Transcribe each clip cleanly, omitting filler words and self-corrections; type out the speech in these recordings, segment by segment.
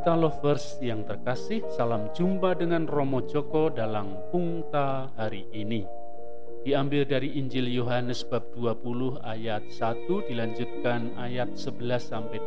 Pungta Lovers yang terkasih, salam jumpa dengan Romo Joko dalam Pungta hari ini. Diambil dari Injil Yohanes bab 20 ayat 1 dilanjutkan ayat 11 sampai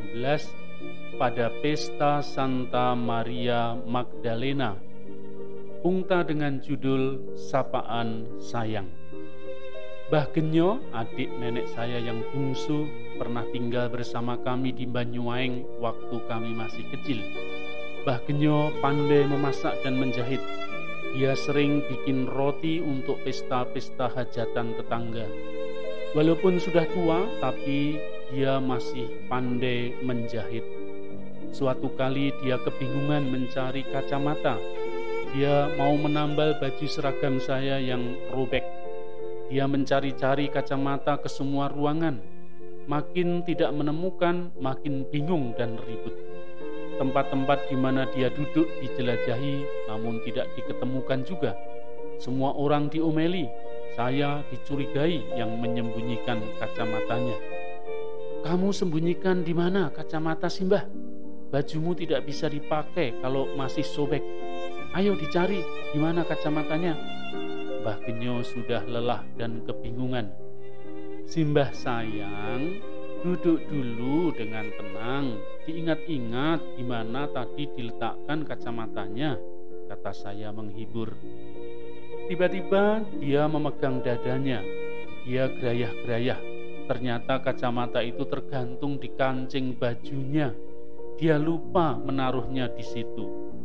18 pada pesta Santa Maria Magdalena. Pungta dengan judul Sapaan Sayang. Mbah Genyo, adik nenek saya yang bungsu, pernah tinggal bersama kami di Banyuaeng waktu kami masih kecil. Mbah Genyo pandai memasak dan menjahit. Dia sering bikin roti untuk pesta-pesta hajatan tetangga. Walaupun sudah tua, tapi dia masih pandai menjahit. Suatu kali dia kebingungan mencari kacamata. Dia mau menambal baju seragam saya yang robek. Dia mencari-cari kacamata ke semua ruangan. Makin tidak menemukan, makin bingung dan ribut. Tempat-tempat di mana dia duduk dijelajahi, namun tidak diketemukan juga. Semua orang diomeli, saya dicurigai yang menyembunyikan kacamatanya. "Kamu sembunyikan di mana kacamata si Mbah? Bajumu tidak bisa dipakai kalau masih sobek. Ayo dicari di mana kacamatanya." Mbah Genyo sudah lelah dan kebingungan. "Simbah sayang, duduk dulu dengan tenang. Diingat-ingat di mana tadi diletakkan kacamatanya," kata saya menghibur. Tiba-tiba dia memegang dadanya. Dia gerayah-gerayah. Ternyata kacamata itu tergantung di kancing bajunya. Dia lupa menaruhnya di situ.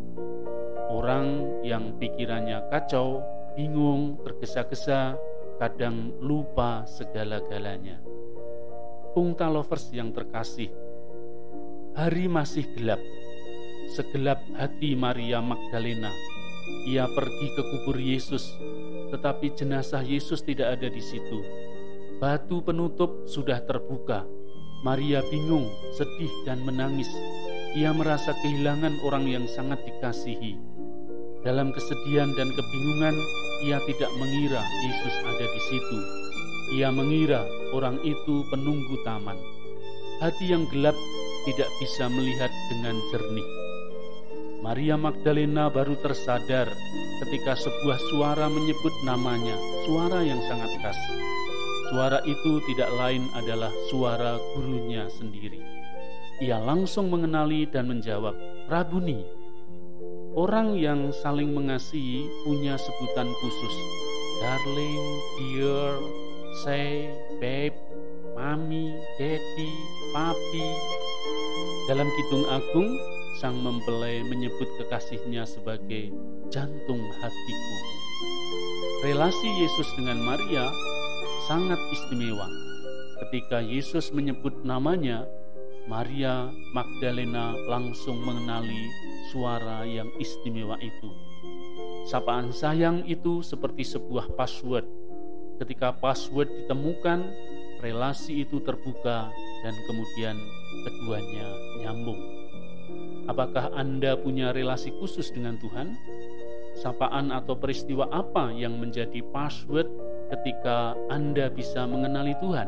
Orang yang pikirannya kacau, bingung, tergesa-gesa, kadang lupa segala-galanya. Pungta Lovers yang terkasih, hari masih gelap. Segelap hati Maria Magdalena. Ia pergi ke kubur Yesus, tetapi jenazah Yesus tidak ada di situ. Batu penutup sudah terbuka. Maria bingung, sedih dan menangis. Ia merasa kehilangan orang yang sangat dikasihi. Dalam kesedihan dan kebingungan, ia tidak mengira Yesus ada di situ. Ia mengira orang itu penunggu taman. Hati yang gelap tidak bisa melihat dengan jernih. Maria Magdalena baru tersadar ketika sebuah suara menyebut namanya, suara yang sangat khas. Suara itu tidak lain adalah suara gurunya sendiri. Ia langsung mengenali dan menjawab, "Rabuni." Orang yang saling mengasihi punya sebutan khusus. Darling, dear, say, babe, mami, daddy, papi. Dalam Kidung Agung, sang mempelai menyebut kekasihnya sebagai jantung hatiku. Relasi Yesus dengan Maria sangat istimewa. Ketika Yesus menyebut namanya, Maria Magdalena langsung mengenali suara yang istimewa itu. Sapaan sayang itu seperti sebuah password. Ketika password ditemukan, relasi itu terbuka dan kemudian keduanya nyambung. Apakah Anda punya relasi khusus dengan Tuhan? Sapaan atau peristiwa apa yang menjadi password ketika Anda bisa mengenali Tuhan?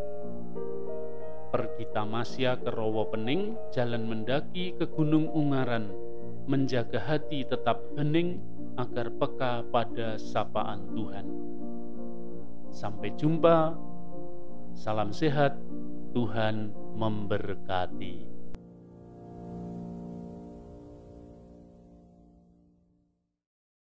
Pergi tamasya ke Rowo Pening, jalan mendaki ke Gunung Ungaran, menjaga hati tetap hening agar peka pada sapaan Tuhan. Sampai jumpa, salam sehat, Tuhan memberkati.